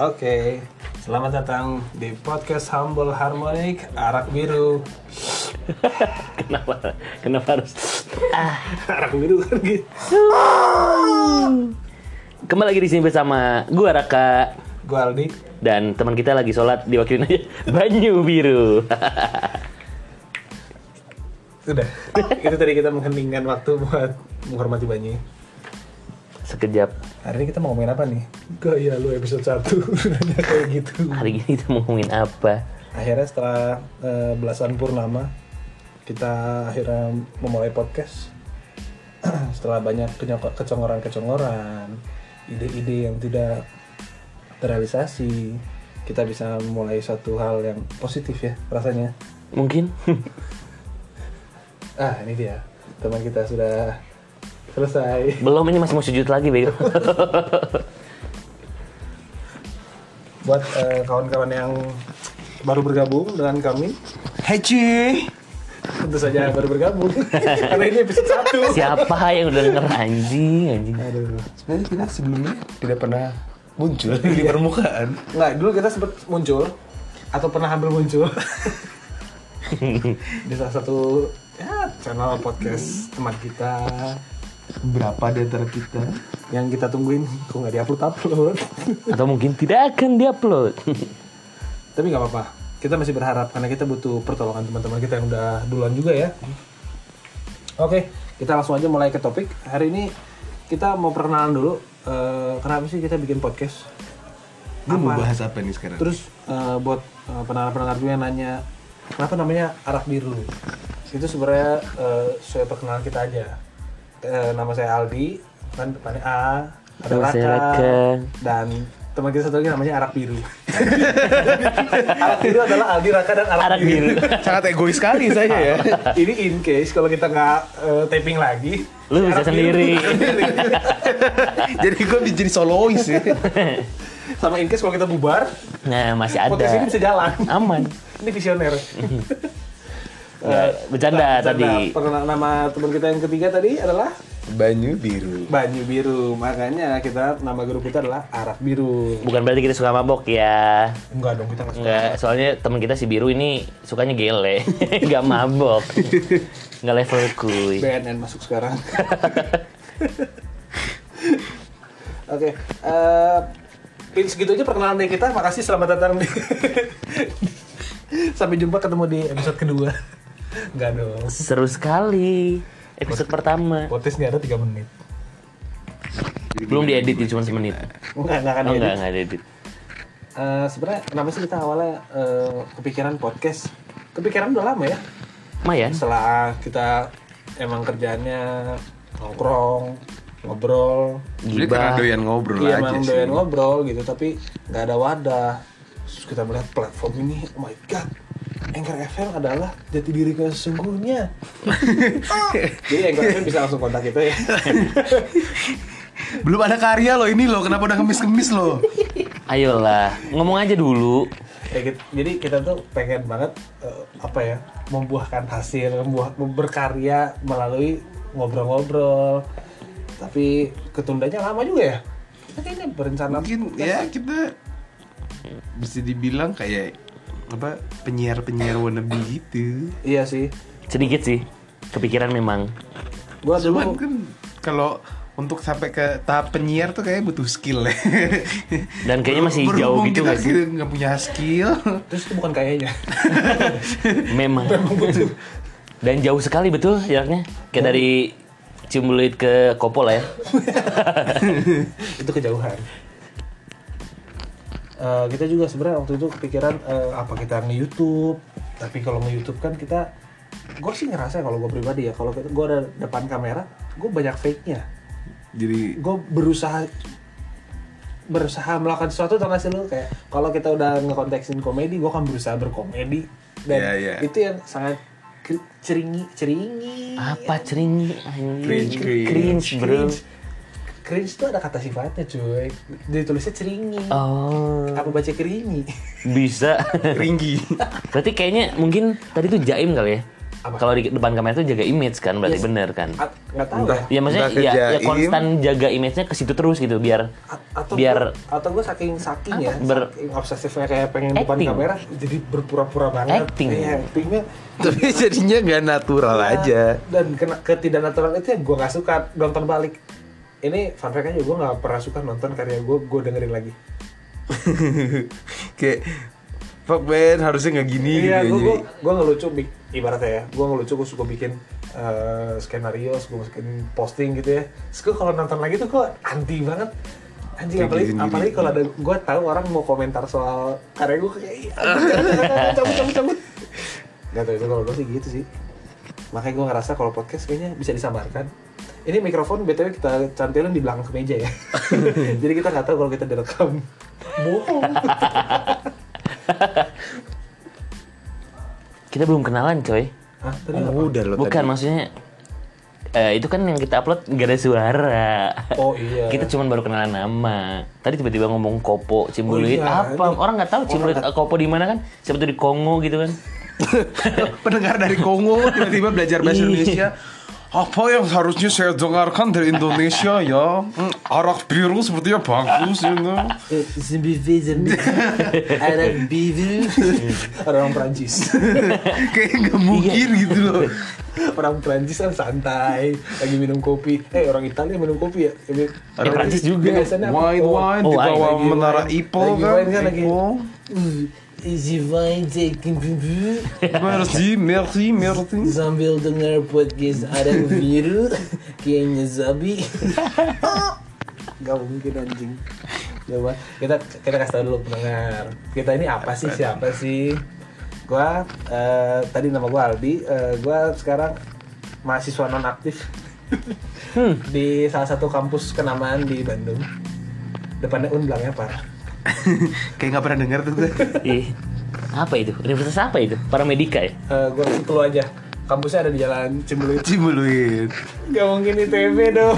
Oke, selamat datang di podcast Humble Harmonic Arak Biru. Kenapa harus Arak biru kan gitu. Kembali lagi di sini bersama gua Raka Gue Aldi. dan teman kita lagi sholat, diwakilin aja Banyu Biru. Sudah. Itu tadi kita mengheningkan waktu buat menghormati Banyu. Sekejap. Hari ini kita mau ngomongin apa nih? Gaya lu episode 1 nanya kayak gitu. Hari ini kita mau ngomongin apa? Akhirnya setelah belasan purnama kita akhirnya memulai podcast. Setelah banyak kecongoran-kecongoran, ide-ide yang tidak terrealisasi, kita bisa memulai satu hal yang positif ya rasanya. Mungkin. Ini dia, teman kita sudah selesai. Belum, ini masih mau sujud lagi, Bego. Buat kawan-kawan yang baru bergabung dengan kami, Hai cuy. tentu saja baru bergabung karena ini episode 1. Siapa yang udah denger anjing? Aduh. Sebenarnya kita sebelumnya tidak pernah muncul di permukaan. Nggak, dulu kita sempat muncul atau pernah hampir muncul di salah satu channel podcast teman kita Berapa di antara kita? yang kita tungguin kok nggak diupload. Atau mungkin tidak akan diupload. Tapi nggak apa-apa, kita masih berharap karena kita butuh pertolongan teman-teman kita yang udah duluan juga ya. Oke, kita langsung aja mulai ke topik. Hari ini kita mau perkenalan dulu. Kenapa sih kita bikin podcast? Lu mau bahas apa nih sekarang? Terus buat pendengar-pendengar gue yang nanya kenapa namanya Arak Biru, itu sebenarnya saya perkenalan kita aja. Nama saya Aldi, kan depannya A, ada Nama saya Raka, Raka. dan teman kita satu lagi namanya Arak Biru. Arak Biru adalah Aldi, Raka, dan Arak Arak Biru. Biru. Sangat egois sekali saya ya. Ini in case kalau kita nggak taping lagi, Lu si bisa Arak Biru sendiri. Jadi gue jadi solois ya. sama in case kalau kita bubar, Nah, masih podcast ini ada. bisa jalan. Aman. Ini visioner. Nggak, bercanda tadi. Perkenalan nama teman kita yang ketiga tadi adalah Banyu Biru. Banyu Biru. Makanya kita nama grup kita adalah Arak Biru. Bukan berarti kita suka mabok ya. Enggak dong, kita nggak suka. Enggak, soalnya teman kita si Biru ini sukanya gele. Enggak mabok. Enggak level kuy. BNN masuk sekarang. Oke, segitu aja perkenalan dari kita. Makasih, selamat datang di sampai jumpa, ketemu di episode kedua. Enggak dong. Seru sekali. Episode pertama. Podcast nggak ada 3 menit. Belum diedit ya, cuma semenit. Enggak akan Oh, diedit. enggak diedit. Sebenarnya kenapa sih kita awalnya kepikiran podcast? Kepikiran udah lama ya. Lumayan. Setelah kita emang kerjaannya nongkrong, ngobrol, Jadi karena doyan ngobrol iya aja emang sih. doyan ngobrol gitu, tapi nggak ada wadah. Terus kita melihat platform ini, oh my god, Anchor FM adalah jati diri kita sesungguhnya. Jadi Anchor FM bisa langsung kontak kita ya. Belum ada karya loh ini loh. Kenapa udah kemis-kemis loh? Ayolah, ngomong aja dulu. Jadi kita tuh pengen banget membuahkan hasil, berkarya melalui ngobrol-ngobrol. Tapi ketundanya lama juga ya. Kita kayaknya berencana Mungkin ya kita bisa dibilang kayak apa, penyiar wannabe gitu. Iya sih. Sedikit sih. Kepikiran memang. Gua Cuman dulu kan kalau untuk sampai ke tahap penyiar tuh kayaknya butuh skill ya. Dan kayaknya masih jauh Berhubung gitu kita nggak sih? nggak punya skill. terus itu bukan kayaknya. Memang. Dan jauh sekali betul jaraknya. Kayak dari Ciumbeluit ke Kopo lah ya. Itu kejauhan. Kita juga sebenarnya waktu itu kepikiran apa kita nge-YouTube. Tapi kalau nge-YouTube kan kita, gue sih ngerasa kalau gue pribadi ya, kalau gue ada depan kamera, gue banyak fake-nya. Jadi Gue berusaha melakukan sesuatu, tau gak sih lu, kayak kalau kita udah ngekonteksin komedi, gue kan berusaha berkomedi. Dan Iya, iya. itu yang sangat ceringi. Apa ceringi? Cringe, bro. Cringe tuh ada kata sifatnya cuy. Ditulisnya ceringi. Oh, Apa baca keringi? bisa. ringgi. Berarti kayaknya mungkin tadi tuh jaim kali ya. Apa? Kalau di depan kamera tuh jaga image kan, berarti Yes. bener kan? Nggak tahu Entah. ya. Ya maksudnya Entah ya kerjain. konstan jaga image-nya ke situ terus gitu biar Atau gue saking ya, Ber- saking obsesifnya kayak pengen depan Acting. kamera, jadi berpura-pura banget. Acting. Iya, actingnya. Tapi jadinya nggak natural Ya, aja. Dan ketidaknatural itu yang gue nggak suka nonton balik. Ini fun fact aja, gue nggak pernah suka nonton karya gue dengerin lagi. Kayak fuck man, harusnya nggak gini Iya, gitu ya. gue ngelucu, ibaratnya ya, gue ngelucu, gue suka bikin skenario, gue bikin posting gitu ya. Terus gue kalau nonton lagi tuh gue anti banget. Anjing, Kayak apalagi, gini sendiri. apalagi kalau ada, gue tahu orang mau komentar soal karya gue kayak, "Ih, anjing, cabut. Gak tau itu kalau gue sih gitu sih. Makanya gue ngerasa kalau podcast kayaknya bisa disamarkan. Ini mikrofon BTW kita cantilin di belakang kemeja ya. Jadi kita nggak tahu kalau kita direkam. Bohong. Kita belum kenalan coy. Hah, tadi apa? Udah lo Bukan maksudnya itu kan yang kita upload gak ada suara. Oh iya. Kita cuma baru kenalan nama. Tadi tiba-tiba ngomong Kopo, Cimbulit, Oh iya, apa? ini- Orang nggak tahu Cimbulit Kopo di mana kan? Siapa tuh di Kongo gitu kan? pendengar dari Kongo tiba-tiba belajar bahasa Iya. Indonesia. Apa yang harusnya saya dengarkan dari Indonesia ya? Arak biru sepertinya bagus ya enggak? Zombie. Ada biru. Orang Prancis. Kayak nggak mungkin gitu loh. Orang Prancis kan santai, lagi minum kopi. Orang Italia minum kopi ya. Prancis juga. Biasanya apa? Wine wine di wine. bawah Lagi menara wine. Eiffel Lagi kan? wine kan, lagi- Eiffel. Easy wine taking biru. Merci. Sambil dengar podcast ada biru, kayaknya Zabi. Gak mungkin anjing. Coba kita kasih tau dulu pendengar. Kita ini apa sih, siapa sih? Gua tadi nama gua Aldi. Gua sekarang mahasiswa non aktif di salah satu kampus kenamaan di Bandung. Depannya belakangnya parah. Kayak nggak pernah dengar tuh gue. Ih, apa itu? Universitas apa itu? Paramedika ya? Gua kasih clue aja. Kampusnya ada di Jalan Cimbeluit. Cimuluin. Gak mungkin ITB dong.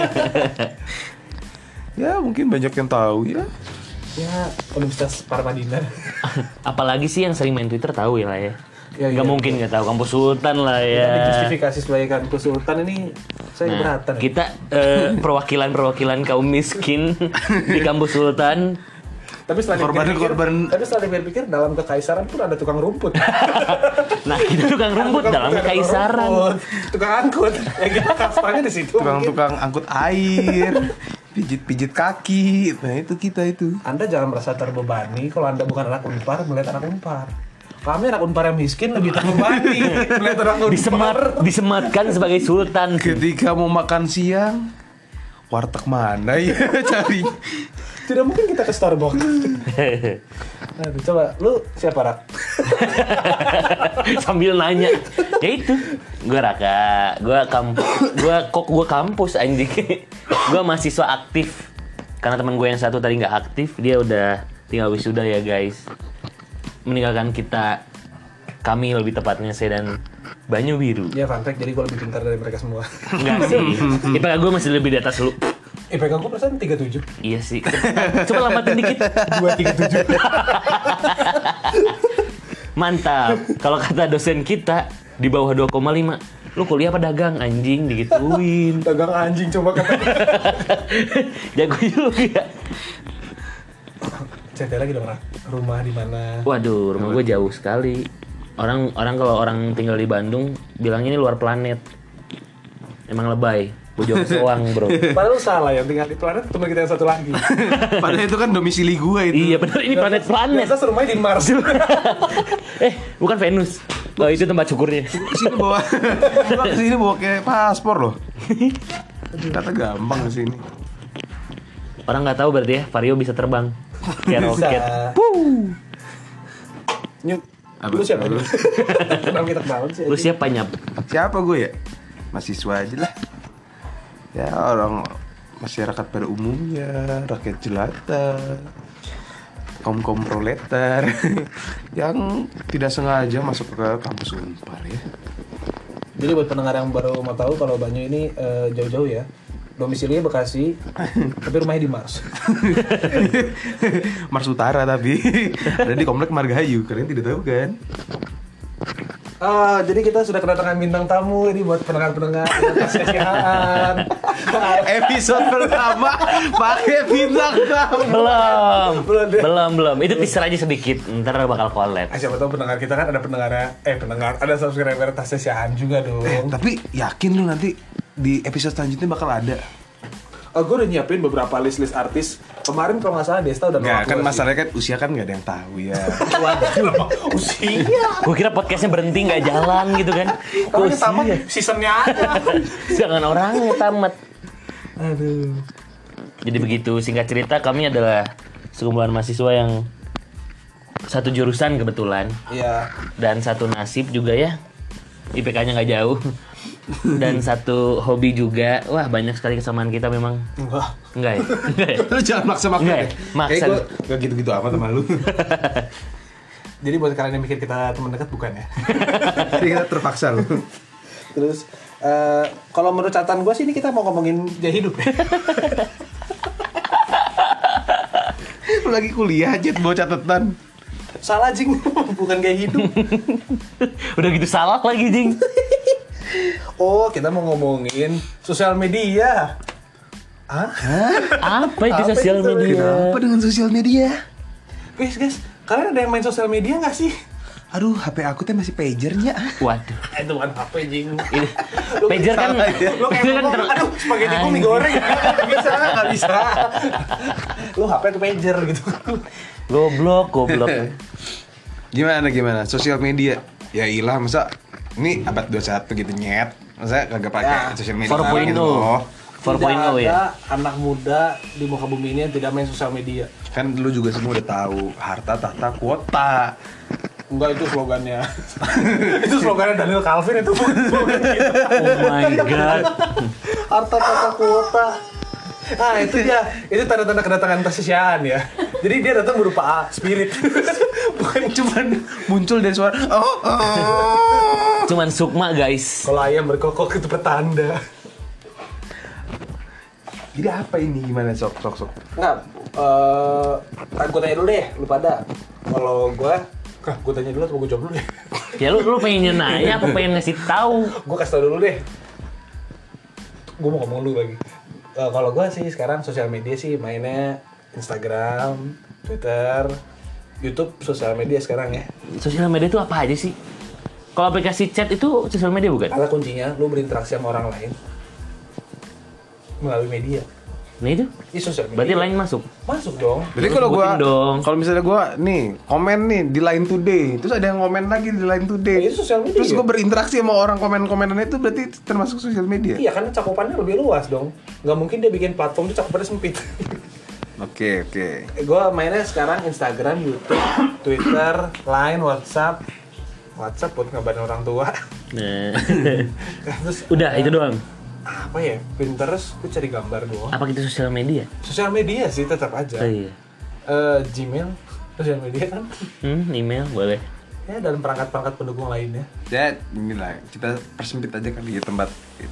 Ya mungkin banyak yang tahu ya. Ya, Universitas Paramadina. Apalagi sih yang sering main Twitter tahu ya lah ya. Ya, Gak iya. mungkin nggak tahu kampus Sultan lah Ya. ya. Justifikasi sebagai kampus Sultan ini saya keberatan. Ya. Kita perwakilan kaum miskin di kampus Sultan. Tapi setelah Korban- tapi setelah dipikir dalam kekaisaran pun ada tukang rumput. Nah kita tukang rumput dalam kekaisaran. Tukang angkut. Ya kita kastanya di situ. mungkin. Tukang angkut air, pijit kaki. Nah itu kita itu. Anda jangan merasa terbebani kalau Anda bukan anak Unpar melihat anak Unpar. Kami anak Unpar yang miskin lebih terbebani melihat anak Unpar. Disematkan sebagai sultan. Ketika mau makan siang, warteg mana ya cari? Tidak mungkin kita ke Starbucks. Aduh, coba lu siapa, Rak? Sambil nanya. Ya itu. Gue Raka, gue kampus anjing. Gue mahasiswa aktif. Karena teman gue yang satu tadi nggak aktif, dia udah tinggal wisuda ya guys. Meninggalkan kami lebih tepatnya saya dan Banyu Biru. Ya fun fact, jadi gue lebih pintar dari mereka semua. Enggak sih. IPK gue masih lebih di atas lu. IPK gue persen 37. Iya sih. Coba lambatin dikit. 237. Mantap. Kalau kata dosen kita di bawah 2,5. Lu kuliah apa dagang anjing digituin. Dagang anjing coba kata. Jago juga. Cerita lagi dong, Rak. Rumah di mana? Waduh, rumah gue jauh sekali. Orang kalau orang tinggal di Bandung bilangnya ini luar planet. Emang lebay. Bojong soang, bro. Padahal lu salah, yang tinggal di planet teman kita yang satu lagi. Padahal itu kan domisili gue itu. Iya benar, ini planet-planet. Biasa rumahnya di Mars. Bukan Venus. Oh, itu tempat syukurnya. Kesini bawa, kesini bawa kayak paspor loh. Kata gampang kesini. Orang nggak tahu berarti ya, Vario bisa terbang. Kayak roket. Nyut. Apa? Lu siapa? Kenapa kita kenalan sih? Lu siapa nyap? Siapa gue ya? Mahasiswa aja lah. Ya orang masyarakat pada umumnya, rakyat jelata, kaum proletar yang tidak sengaja masuk ke kampus Unpar ya. Jadi buat pendengar yang baru mau tahu kalau Banyu ini jauh-jauh ya. Domisilinya Bekasi, tapi rumahnya di Mars. Mars Utara tapi ada di komplek Margahayu, kalian tidak tahu kan? Jadi kita sudah kedatangan bintang tamu ini buat pendengar-pendengar kasihan. Episode pertama pakai bintang tamu. Belum. Itu teaser aja sedikit. Ntar bakal collab. Siapa tahu pendengar kita kan ada ada subscriber kasihan juga dong. Tapi yakin lu nanti di episode selanjutnya bakal ada? Gue udah nyiapin beberapa list artis. Kemarin kalau nggak salah Desta udah Nggak, kan gua sih. masalahnya kan usia kan nggak ada yang tahu ya. Waduh, usia. Gue kira podcastnya berhenti nggak jalan gitu kan. Tapi tamat seasonnya aja. Jangan orangnya tamat. Aduh. Jadi begitu, singkat cerita kami adalah sekumpulan mahasiswa yang satu jurusan kebetulan Iya. dan satu nasib juga ya. IPK-nya nggak jauh. Dan satu hobi juga. Wah, banyak sekali kesamaan kita memang. Enggak ya? Enggak ya? Lu jangan maksa-maksa Nggak deh. ya? Maksa. Kayak gue gak gitu-gitu amat sama lu. Jadi buat kalian yang mikir kita teman dekat bukan ya? Jadi kita terpaksa lu. Terus kalau menurut catatan gue sih ini kita mau ngomongin gaya hidup ya. Lu lagi kuliah aja bawa catatan. Salah jing, bukan gaya hidup. Udah gitu salah lagi, Jing. Oh, kita mau ngomongin sosial media. Apa itu Apa sosial itu? media? Kenapa dengan sosial media? Guys, kalian ada yang main sosial media nggak sih? Aduh, HP aku teh masih pagernya. Waduh. Itu kan HP jing. Ini pager kan salah ya. Lu kayak ngomong, aduh spaghetti gue mie goreng. Nggak bisa. Lu HP ke pager gitu. Goblok. Gimana? Sosial media. Ya ilah, masa ini abad 21 gitu nyet. Masa kagak pakai Ya, sosial media 4.0. gitu loh. 4.0 Tidak ya. ada anak muda di muka bumi ini yang tidak main sosial media. Kan lu juga semua udah tahu harta tahta kuota. Enggak, itu slogannya. Itu slogannya Daniel Calvin, itu bukan slogan kita. Oh my god. Harta tata kuota. Nah itu dia, itu tanda-tanda kedatangan kesesiaan ya. Jadi dia datang berupa spirit. Bukan cuman Muncul dari suara Cuman sukma, guys. kalau ayam berkokok itu petanda. Jadi apa ini, gimana sok? Enggak, gue tanya dulu deh, lu pada. Kalau gue tanya dulu atau gue jawab dulu deh? Ya lu pengen nanya apa pengen ngasih tahu? Gue kasih tau dulu deh. Gue mau ngomong dulu lagi. Kalau gue sih sekarang sosial media sih mainnya Instagram, Twitter, YouTube, sosial media sekarang ya. Sosial media itu apa aja sih? Kalau aplikasi chat itu sosial media bukan? Karena kuncinya lu berinteraksi sama orang lain melalui media. Nah itu. Ini sosial media. Berarti lain masuk. Masuk dong. Jadi Terus kalau gua sebutin dong. kalau misalnya gua nih komen nih di Line Today, terus ada yang komen lagi di Line Today. Itu sosial media. Terus gua berinteraksi sama orang komen-komenannya itu berarti termasuk sosial media. Iya, karena cakupannya lebih luas dong. Nggak mungkin dia bikin platform itu cakupannya sempit. Oke. Gue mainnya sekarang Instagram, YouTube, Twitter, Line, WhatsApp buat ngabarin orang tua. Nah. Terus Udah itu doang. apa ya? Pinterest, gue cari gambar doang. Apa gitu sosial media? Sosial media sih tetap aja. Oh iya. Gmail, sosial media kan. Email boleh. Ya dan perangkat-perangkat pendukung lainnya. Ya inilah kita persempit aja kali ya tempat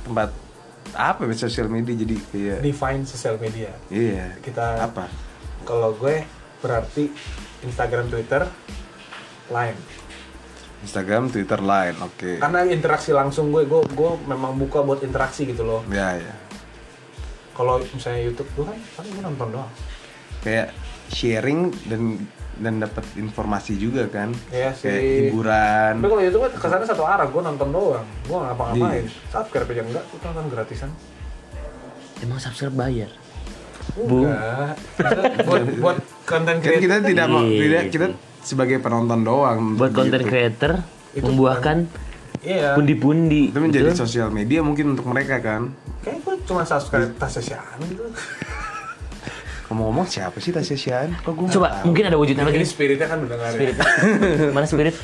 apa ya sosial media jadi kayak Define sosial media. iya. Kita Apa? Kalau gue berarti Instagram, Twitter, Line. Instagram, Twitter, Line. Oke. Karena interaksi langsung gue memang buka buat interaksi gitu loh. Ya. Kalau misalnya YouTube gue kan paling gue nonton doang. Kayak sharing dan dapat informasi juga kan. Iya Kayak sih. hiburan. Tapi kalau YouTube kan kesannya satu arah, gue nonton doang. Gue nggak ngapa-ngapain. Iya. Subscribe aja enggak, itu nonton gratisan. Emang subscribe bayar? Enggak. buat konten Kan kita creator. tidak mau Iya. kita sebagai penonton doang. Buat content gitu. creator Itu membuahkan Iya. pundi-pundi. Itu menjadi betul? sosial media mungkin untuk mereka kan. Kayak gue cuma subscribe Tasesian gitu. Ngomong-ngomong siapa sih Tasya Syan? Kok gue Coba mungkin ada wujudnya Ini lagi. spiritnya kan mendengar Spirit. ya. Mana spirit?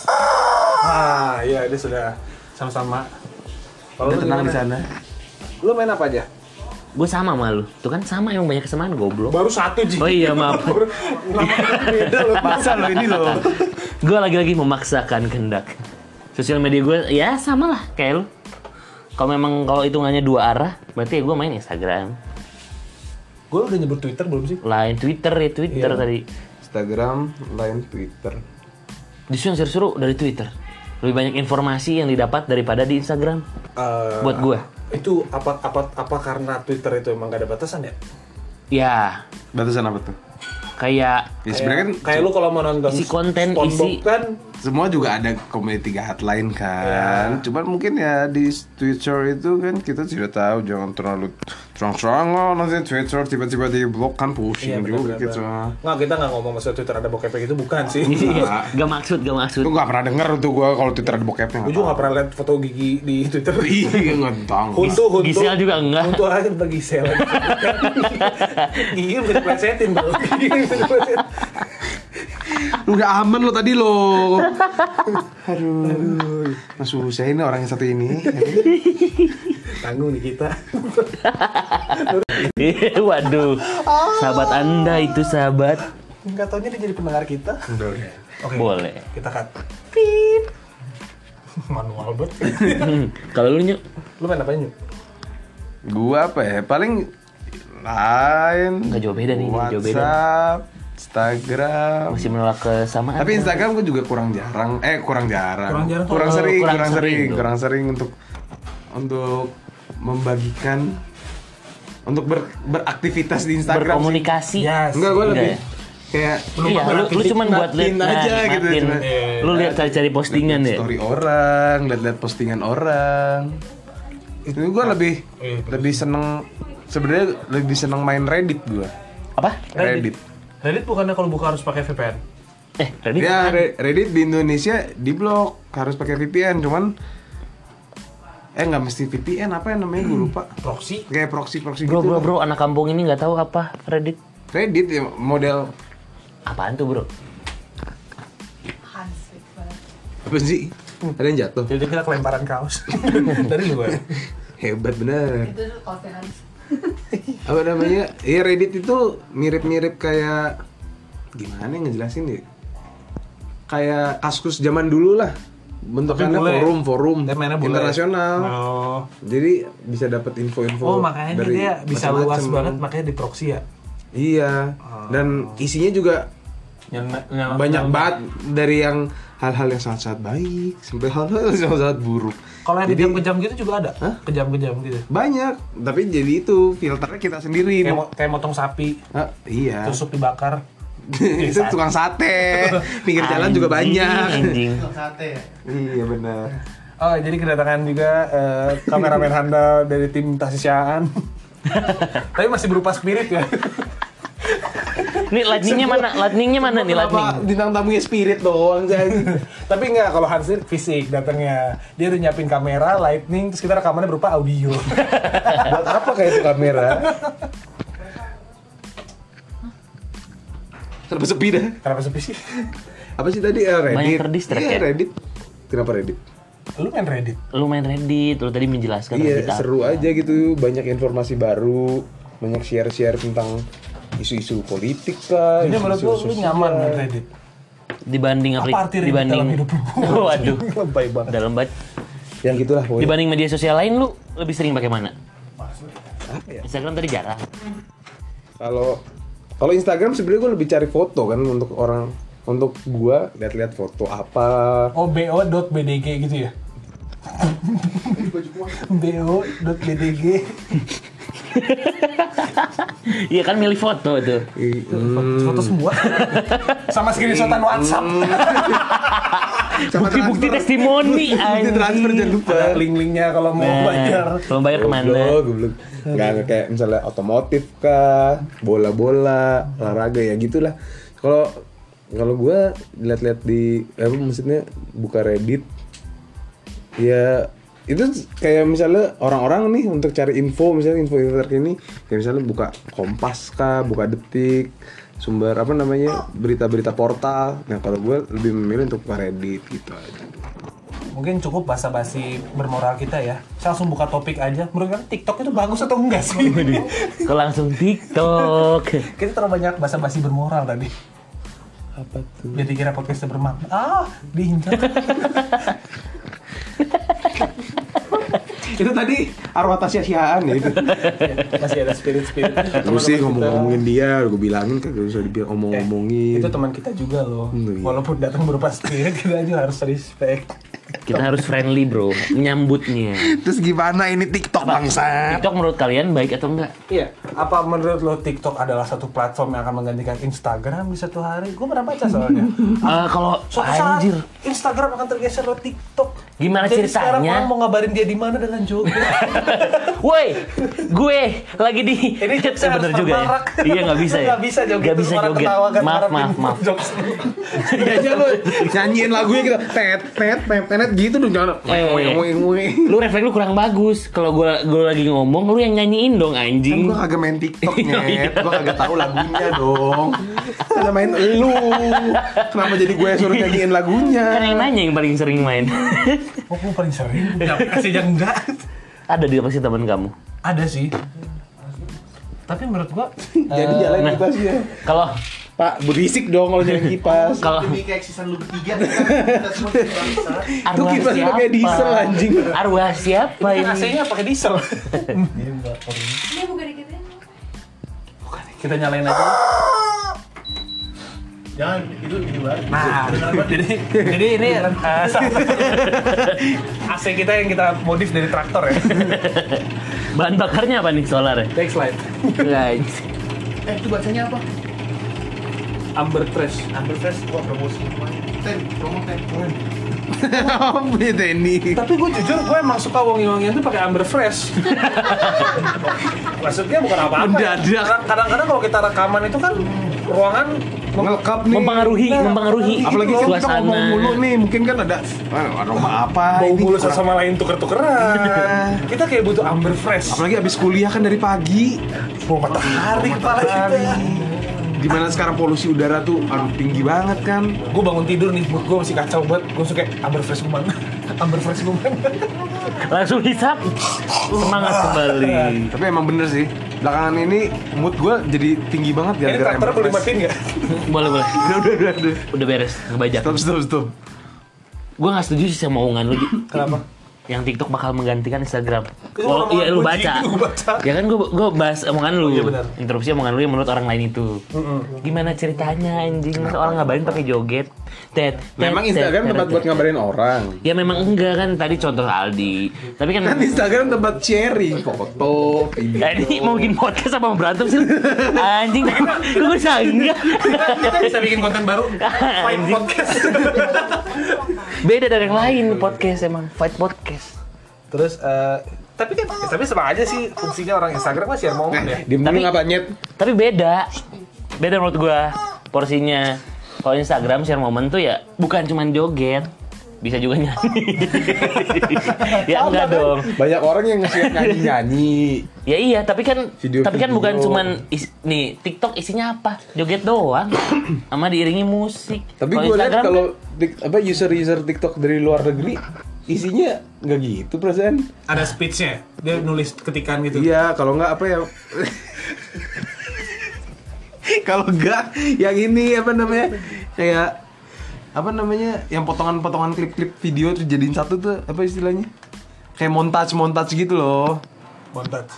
Ah, iya dia sudah sama-sama. Kalau udah lu tenang di gimana? sana. Lu main apa aja? Gue sama sama lu. Tuh kan sama emang banyak kesamaan goblok. Baru satu Ji. Oh iya, maaf. Nama beda loh. Masa lo ini loh. Gue lagi-lagi memaksakan kehendak. Sosial media gue ya sama lah kayak lu. Kalau hitungannya dua arah, berarti gue main Instagram, Gue udah nyebut Twitter belum sih? Line, Twitter Iya. tadi. Instagram, Line, Twitter. Justru yang seru-seru dari Twitter. Lebih banyak informasi yang didapat daripada di Instagram. Buat gua. Itu apa karena Twitter itu emang gak ada batasan ya? Ya, Batasan apa tuh? kayak Ya sebenarnya kan Kayak lu kalau mau nonton isi konten, SpongeBob isi- kan semua juga ada community guideline kan. Cuman mungkin ya di Twitter itu kan kita tidak tahu, jangan terlalu terang-terang lah nanti Twitter tiba-tiba di blok kan pusing juga gitu. Nggak, kita nggak ngomong maksud Twitter ada bokepnya gitu, bukan sih. gak maksud. Itu gak pernah denger tuh gua kalau Twitter ada bokepnya. Gue juga nggak pernah lihat foto gigi di Twitter. Iya nggak tahu. Huntu. Gisel juga enggak. Huntu aja udah Gisel. Gigi bisa diplesetin bro. Gigi bisa diplesetin. Udah aman lo tadi lo. Aduh. Mas susah ini orang yang satu ini. Tanggung nih kita. Waduh, sahabat Anda itu sahabat. Nggak taunya dia jadi pendengar kita. Oke. Boleh. Kita cut. Pip. Manual banget. Kalau lu Nyuk, Lu main apa Nyu? Gua apa ya? Paling lain. Nggak jauh beda nih, nggak jauh beda. WhatsApp, Instagram. masih menolak kesamaan. Tapi Instagram gue juga kurang jarang. Kurang jarang. Kurang sering, kurang kurang sering sering, tuh. kurang sering untuk membagikan, untuk beraktivitas di Instagram. berkomunikasi. Yes. Enggak, gue Enggak lebih ya? kayak Iya, lu cuman buat lihat nikmatin aja gitu. nikmatin. Cuma- Lu lihat cari-cari postingan liat deh. story orang, lihat postingan orang. Itu gue lebih seneng, sebenarnya lebih seneng main Reddit gue. Apa? Reddit. Reddit bukannya kalau buka harus pakai VPN? Reddit? Ya Reddit di Indonesia diblok, harus pakai VPN, cuman nggak mesti VPN, apa yang namanya gue lupa. Proxy? Kayak proxy Bro, gitu. bro, anak kampung ini nggak tahu apa Reddit. Reddit ya model Apaan tuh, bro? apa sih? Ada yang jatuh. Jadi kita kelemparan kaos dari luar. Hebat bener. Itu kaosnya Hans. Apa namanya? Ya Reddit itu mirip-mirip kayak gimana yang ngejelasin deh? Kayak Kaskus zaman dulu lah. Bentukannya Tapi bule. forum Dia mainnya bule. internasional. Oh. Jadi bisa dapat info-info. Oh, makanya dari dia bisa luas macam-macam. banget makanya di proxy ya. Iya. Dan isinya juga banyak banget, dari yang hal-hal yang sangat-sangat baik sampai hal-hal yang sangat-sangat buruk. Kalau yang Jadi, kejam-kejam gitu juga ada? Hah? Kejam-kejam gitu. banyak, tapi jadi itu filternya kita sendiri. Kayak motong sapi, Iya. tusuk dibakar. Itu tukang sate. Pinggir jalan juga banyak. Anjing. Iya benar. Oh, jadi kedatangan juga kameramen handal dari tim Tasisiaan. Tapi masih berupa spirit ya. Nih lightningnya mana? Lightningnya mana nih lightning? Bintang tamunya spirit doang jadi. Tapi enggak, kalau Hans ini fisik datangnya. Dia udah nyiapin kamera, lightning, terus kita rekamannya berupa audio. Buat apa kayak itu kamera? Kenapa sepi dah? Kenapa sepi sih? Apa sih tadi? Reddit. Banyak terdistract Iya, ya? Reddit. Kenapa Reddit? Lu main Reddit? Lu main Reddit, lu tadi menjelaskan Iya, Reddit apa. seru aja gitu. Banyak informasi baru, banyak share-share tentang isu-isu politik kah. Jadi menurut lu sosial. nyaman main Reddit? Dibanding Apa arti Reddit dibanding dalam hidup lu? Waduh. Lebay banget. Dalam banget. Yang gitulah pokoknya. Dibanding media sosial lain lu lebih sering pakai mana? Apa ya? Instagram tadi jarang. Kalau Instagram sebenarnya gue lebih cari foto kan untuk orang, untuk gua lihat-lihat foto apa. Oh, bo.bdg gitu ya? bo.bdg. Iya kan milih foto tuh. Foto semua. Sama screenshotan WhatsApp. Bukti-bukti testimoni Bukti transfer jangan lupa. Ada link-linknya kalau mau bayar. Mau bayar kemana? Goblok. Nggak kayak misalnya otomotif kah, bola-bola, olahraga ya gitulah. Kalau gue lihat-lihat di maksudnya buka Reddit ya itu kayak misalnya orang-orang nih untuk cari info, misalnya info terkini kayak misalnya buka Kompas kah, buka Detik, sumber apa namanya, berita-berita portal. Nah kalau gue lebih memilih untuk buka Reddit gitu aja. Mungkin cukup basa-basi bermoral kita ya. Saya langsung buka topik aja. Menurut kalian TikTok itu bagus atau enggak sih? Kok langsung TikTok? Kita terlalu banyak basa-basi bermoral tadi. Apa tuh? Biar dikira podcastnya bermakna. Diinjak. Itu tadi arwah Tasya-Syaan ya itu. Masih ada spirit-spirit. Lu sih ngomong-ngomongin dia, gue bilangin kan gak usah dibilang omong-omongin. Itu teman kita juga loh. Iya. Walaupun datang berupa spirit, kita juga harus respect. Kita harus friendly bro, menyambutnya. Terus gimana ini TikTok bangsa? TikTok menurut kalian baik atau enggak? Iya, apa menurut lo TikTok adalah satu platform yang akan menggantikan Instagram di satu hari? Gue pernah baca soalnya. Kalau Suatu saat anjir, Instagram akan tergeser lo TikTok. Gimana Jadi sekarang ceritanya? orang mau ngabarin dia di mana dengan joget. woi, gue lagi di. Ini jokesnya bener harus juga ya. berbarak. Iya nggak bisa ya. Nggak bisa joget. Nggak bisa Terus orang joget. ketawa kan, Maaf, ngarepin maaf. jokes. Iya aja lu nyanyiin lagunya gitu, tet gitu dong jangan. Lu refleks lu kurang bagus. Kalau gue lagi ngomong, lu yang nyanyiin dong Kan anjing. gue kagak main TikTok Iya. nyet, gue kagak tahu lagunya dong. Kagak main lu. Kenapa jadi gue yang suruh nyanyiin lagunya? Kan yang nanya yang paling sering main. Oh, gue paling sering. Kasih yang enggak. Ada di pasti teman kamu. Ada sih. Tapi menurut gua Jadi nyalain nah. kipasnya. Kalau Pak, berisik dong kalau nyalain kipas. kalau Demi keeksisan lu bertiga kita semua jadi bangsa. Itu kipasnya pakai diesel, anjing. Arwah siapa ini ini? AC-nya pakai diesel. Ini bukan dikit ya. Kita nyalain aja. Jangan itu luar. Nah, jadi ini AC kita yang kita modif dari traktor ya. Bahan bakarnya apa nih solar ya? Dexlight, Guys. Itu bacanya apa? Amber Trash. Amber Fresh gua promosi kemarin. Promo ten. Oh, beda ini. Tapi gue jujur, gue emang suka wangi-wangian tuh pakai Amber Fresh. Maksudnya bukan apa-apa. Mendadak. Kadang-kadang kalau kita rekaman itu kan ruangan Ngelengkap nih. Mempengaruhi. Apalagi kan kita suasana. ngomong mulu nih, mungkin kan ada aroma apa bau ini mulu kurang- sama lain tuker-tukeran. Kita kayak butuh Amber Fresh. Apalagi abis kuliah kan dari pagi. Bau matahari kepala kita. Dimana sekarang polusi udara tuh tinggi banget kan. Gue bangun tidur nih, mood gue masih kacau banget. Gue suka Amber Fresh gue mana? Amber Fresh gue mana? Langsung hisap. Semangat kembali. Tapi emang bener sih, belakangan ini mood gue jadi tinggi banget Ini gara-gara traktor boleh Amber Fresh. matiin nggak? Boleh. Udah. Udah beres, ngebajak. Stop. Gue nggak setuju sih sama omongan lu. Gi. Kenapa? Yang TikTok bakal menggantikan Instagram. Itu Oh omongan iya lu gua, baca. Ji, gua baca. Ya kan gue bahas omongan lu. Oh, iya benar. Interupsi omongan lu yang menurut orang lain itu. Gimana ceritanya anjing? Masa orang ngabarin pakai joget? Memang Instagram tempat buat ngabarin orang. Ya memang enggak kan tadi contoh Aldi. Tapi kan Kan Instagram tempat sharing foto, video. ya, ini mau bikin podcast apa mau berantem sih? Anjing, lu bisa enggak? Kita bisa bikin konten baru. Fight Anjing. podcast. Beda dari yang lain podcast emang fight podcast. Terus tapi sama aja sih fungsinya orang Instagram kan share momen ya. Diem dulu Tapi- nggak nyet? Tapi beda menurut gua porsinya. Kalau Instagram share momen tuh ya bukan cuman joget, bisa juga nyanyi. Ya enggak dong. Banyak orang yang nge-share nyanyi-nyanyi. Ya iya, tapi kan Video-video. bukan cuman nih TikTok isinya apa? Joget doang. Sama diiringi musik. Tapi Kalau gue lihat Instagram kalau user TikTok dari luar negeri isinya nggak gitu perasaan. Ada speech-nya. Dia nulis ketikan gitu. Iya, kalau nggak apa ya? Kalau nggak yang ini apa namanya? Kayak apa namanya? Yang potongan-potongan klip-klip video terus jadiin satu tuh apa istilahnya? Kayak montage gitu loh. Montage.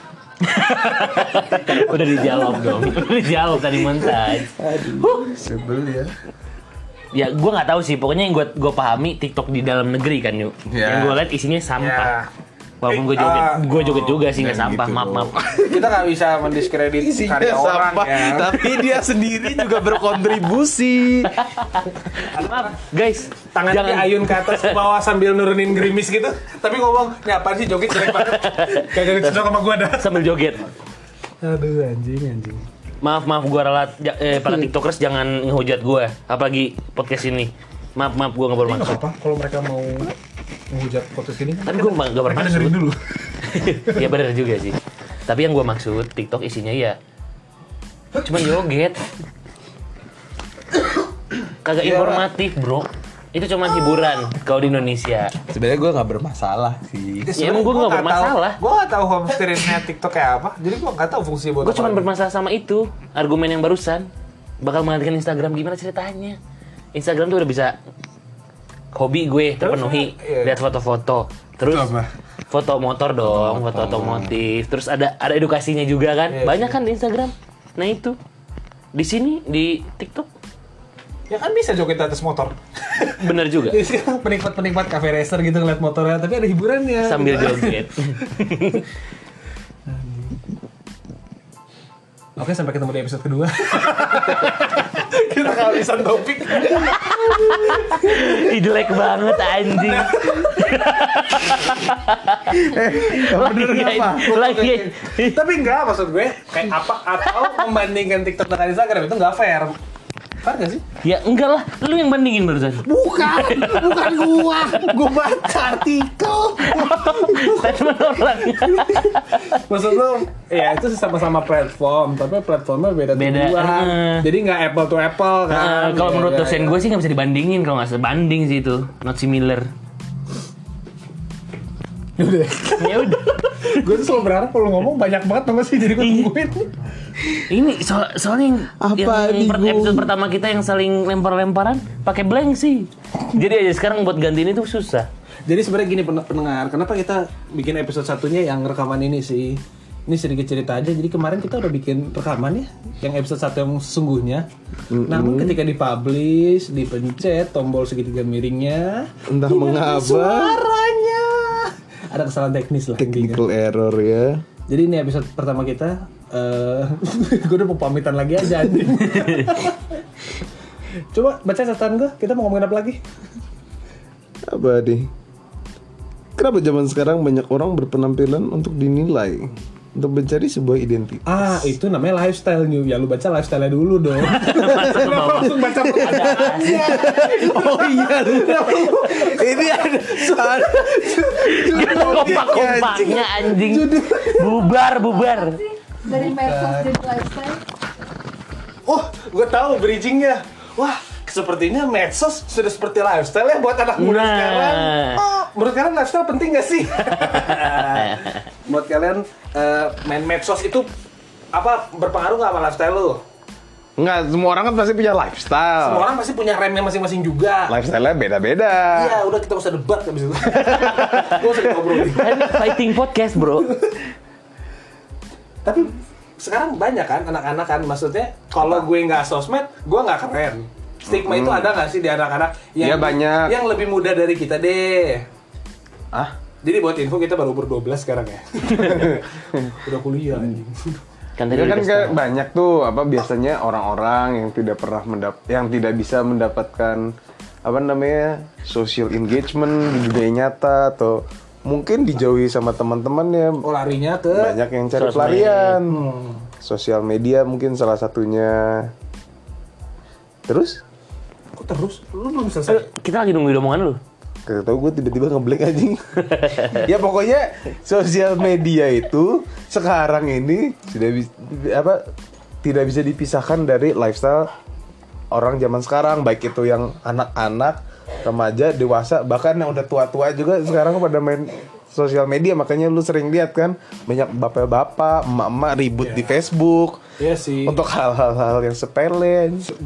udah dijawab dong. Udah dijawab tadi montage. Aduh, sebel ya. Ya gue nggak tahu sih. Pokoknya yang gue pahami TikTok di dalam negeri kan yuk. Ya. Yang gue lihat isinya sampah. Ya. Walaupun gue joget juga sih nggak sampah. gitu Maaf. dong. Kita nggak bisa mendiskredit karya orang ya. tapi dia sendiri juga berkontribusi. Maaf guys. Tangannya diayun ke atas ke bawah sambil nurunin gerimis gitu. Tapi ngomong, ini apaan sih joget jelek banget. Kagak cocok sama gua dah. sambil joget. Aduh anjing. Maaf gue ralat. Para tiktokers jangan ngehujat gue. Apalagi podcast ini. Maaf gue nggak Nggak bermaksud. apa-apa kalau mereka mau menghujat podcast ini. Tapi gue nggak Mereka dengerin bermaksud. dulu. Ya benar juga sih. Tapi yang gue maksud TikTok isinya ya cuman joget. Kagak informatif bro. Itu cuma hiburan kalau di Indonesia. Sebenarnya gue nggak bermasalah sih. Ya emang gue nggak bermasalah. Gue nggak tahu home screen-nya TikTok kayak apa. Jadi gue nggak tahu fungsinya buat Gue cuma apa. bermasalah sama itu. Argumen yang barusan bakal menggantikan Instagram. Gimana ceritanya? Instagram tuh udah bisa hobi gue terpenuhi. iya. Lihat foto-foto. Terus Itu apa? foto motor dong, foto otomotif. Terus ada edukasinya juga kan. Iya, Banyak kan di Instagram. Nah itu. Di sini di TikTok Ya kan bisa joget di atas motor. Bener juga. Jadi sekarang penikmat cafe racer gitu ngeliat motornya, tapi ada hiburannya. Sambil gitu. joget. Oke, sampai ketemu di episode kedua. Kita kehabisan topik. Ih, jelek banget anjing. Lagi. Tapi enggak, maksud gue kayak apa atau membandingkan TikTok dengan Instagram itu enggak fair. Fair gak sih? Ya enggak lah, lu yang bandingin barusan. Bukan gua baca artikel. Statement orang. Maksud lu, ya itu sama-sama platform, tapi platformnya beda Beda, tujuan. Jadi nggak apple to apple kan? Kalau Ya, menurut ya, dosen ya. gue sih nggak bisa dibandingin, kalau nggak sebanding sih itu, not similar. Ya udah. Gue tuh selalu berharap kalau ngomong banyak banget sama sih, jadi gue tungguin. Ini soalnya yang episode pertama kita yang saling lempar-lemparan pakai blank sih. Jadi aja sekarang buat gantiin itu susah. Jadi sebenarnya gini pendengar, kenapa kita bikin episode satunya yang rekaman ini sih? Ini sedikit cerita aja. Jadi kemarin kita udah bikin rekaman ya, yang episode 1 yang sesungguhnya. Namun ketika dipublish, dipencet tombol segitiga miringnya, Entah tidak ada mengapa. suaranya. Ada kesalahan teknis lah. intinya. Technical error ya. Jadi ini episode pertama kita. Gue udah mau pamitan lagi aja anjing. Coba baca catatan gue, kita mau ngomongin apa lagi? Apa nih? Kenapa zaman sekarang banyak orang berpenampilan untuk dinilai, untuk mencari sebuah identitas? Ah, itu namanya lifestyle new. Ya lu baca lifestyle-nya dulu dong. Kenapa langsung baca pertanyaannya? Oh iya. Ini ada Kompak-kompaknya anjing. Bubar. Dari medsos jadi lifestyle. Oh, gue tahu bridgingnya. Wah, sepertinya medsos sudah seperti lifestyle ya buat anak muda Nah. sekarang. Oh, menurut kalian lifestyle penting gak sih? Buat kalian main medsos itu apa berpengaruh nggak sama lifestyle lu? Enggak, semua orang kan pasti punya lifestyle. Semua orang pasti punya remnya masing-masing juga. Lifestyle-nya beda-beda. Iya, udah kita usah debat habis itu. Gue usah ngobrolin. Kan fighting podcast, bro. Tapi sekarang banyak kan anak-anak kan, maksudnya kalau gue nggak sosmed, gue nggak keren. Stigma itu ada nggak sih di anak-anak Iya, banyak. yang lebih muda dari kita deh. Ah? Jadi buat info kita baru ber-12 sekarang ya. Udah kuliah anjing. Kan tadi Ya kan udah kayak tahu. banyak tuh apa biasanya orang-orang yang tidak pernah yang tidak bisa mendapatkan apa namanya social engagement di dunia nyata atau mungkin dijauhi sama teman-temannya. Oh, larinya ke Banyak yang cari Sosmed. pelarian. Sosial media mungkin salah satunya. Terus? kok terus? Lu belum selesai. Kita lagi nungguin omongan lu. Gak tau gue tiba-tiba ngeblank anjing. Ya pokoknya sosial media itu sekarang ini sudah tidak bisa dipisahkan dari lifestyle orang zaman sekarang, baik itu yang anak-anak, remaja, dewasa, bahkan yang udah tua-tua juga sekarang pada main sosial media. Makanya lu sering lihat kan banyak bapak-bapak, emak-emak ribut di Facebook Iya sih. untuk hal-hal yang sepele.